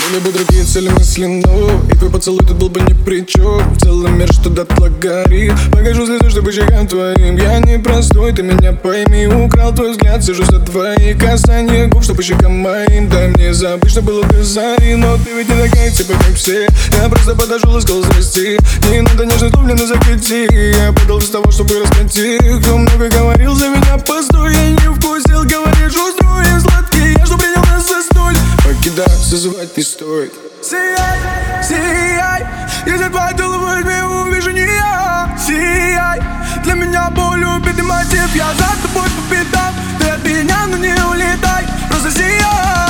Были бы другие цели мысли, но и твой поцелуй тут был бы ни при чем. В целом мир что дотла горит. Покажу слезы, чтобы щекам твоим. Я не простой, ты меня пойми. Украл твой взгляд, сижу за твои касания губ, что по щекам моим. Дай мне забыть, что было до зари. Но ты ведь не такая, типа как все. Я просто подошел и сказал здрасти. Не надо нежно слов, мне на закрытии. Я подал из того, чтобы раскатить. Кто много говорил за меня, постой. Я не вкусил, говоришь, острый и сладкий. Я что принял нас за столь. Покидать, зазывать не стоит. Сияй, сияй, если твой головой увижу не я. Сияй, для меня боль, убитый мотив. Я за тобой по пятам, ты от меня, но не улетай. Просто сияй.